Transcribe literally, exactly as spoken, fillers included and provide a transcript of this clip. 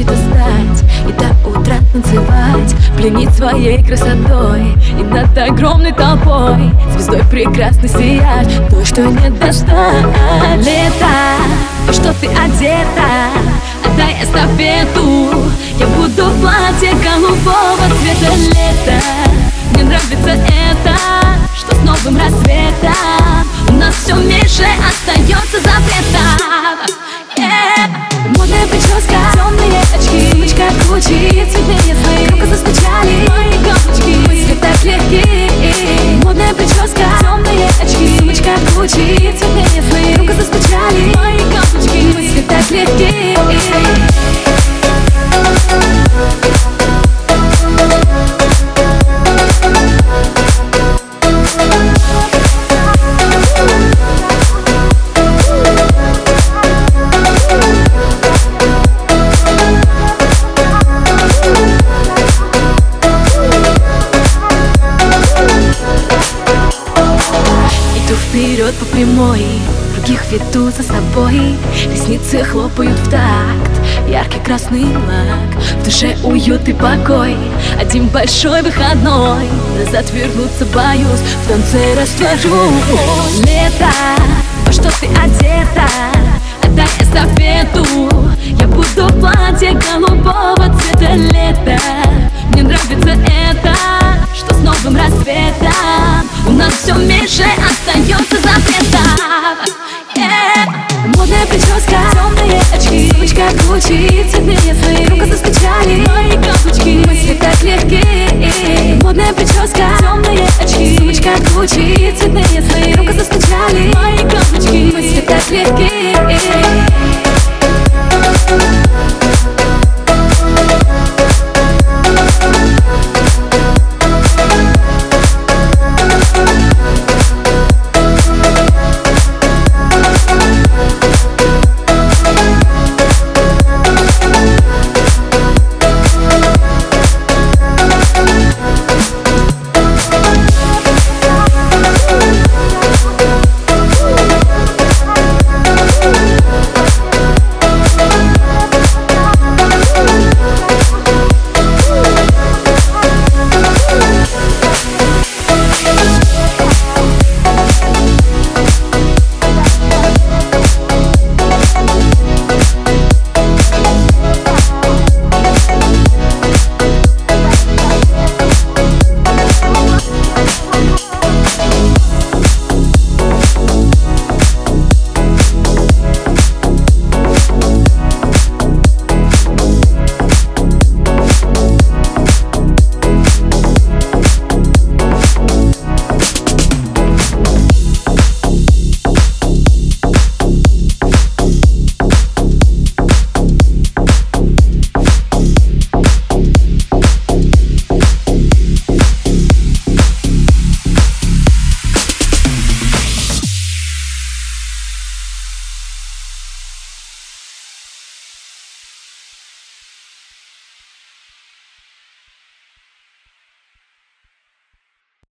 хочет устать и до утра танцевать, пленить своей красотой и над огромной толпой звездой прекрасно сиять, то, что не достать. Лето, то, что ты одета, отдай эстафету. Я буду в платье голубого цвета. Лето, мне нравится это, что с новым рассветом у нас все меньше остается запретов. Yeah. Модная прическа, темные очки, сумочка Гуччи, цветные сны, громко застучали мои галочки, мысли так легки. Модная прическа, темные очки, сумочка Гуччи, цветные сны, громко застучали мои галочки, мысли так легки. Вперед по прямой, других веду за собой. Ресницы хлопают в такт, яркий красный лак, в душе уют и покой. Один большой выходной, назад вернуться боюсь, в танце растворюсь. Лето, во что ты одета, отдай эстафету. Я буду в платье голубого цвета. Лето, мне нравится это, что с новым рассветом у нас все меньше остается запретов. Yeah. Модная прическа, темные очки, сумочка Гуччи, цветные сны, громко застучали мои галочки, мысли так легки. Модная прическа, темные очки, сумочка Гуччи, цветные сны, громко застучали мои галочки, мысли так легки.